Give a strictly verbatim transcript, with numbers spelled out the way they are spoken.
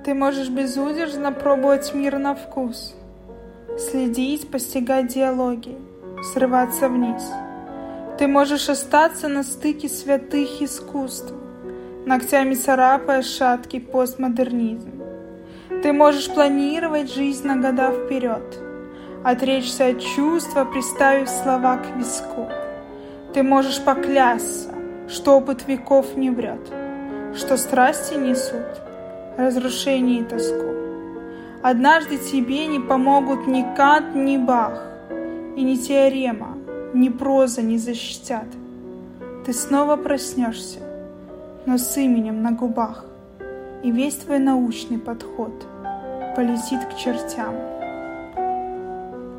Ты можешь безудержно пробовать мир на вкус, следить, постигать диалоги, срываться вниз. Ты можешь остаться на стыке святых искусств, ногтями царапая шаткий постмодернизм. Ты можешь планировать жизнь на года вперед, отречься от чувства, приставив слова к виску. Ты можешь поклясться, что опыт веков не врет, что страсти несут разрушение и тоску. Однажды тебе не помогут ни Кант, ни Бах, и ни теорема, ни проза не защитят. Ты снова проснешься, но с именем на губах, и весь твой научный подход полетит к чертям.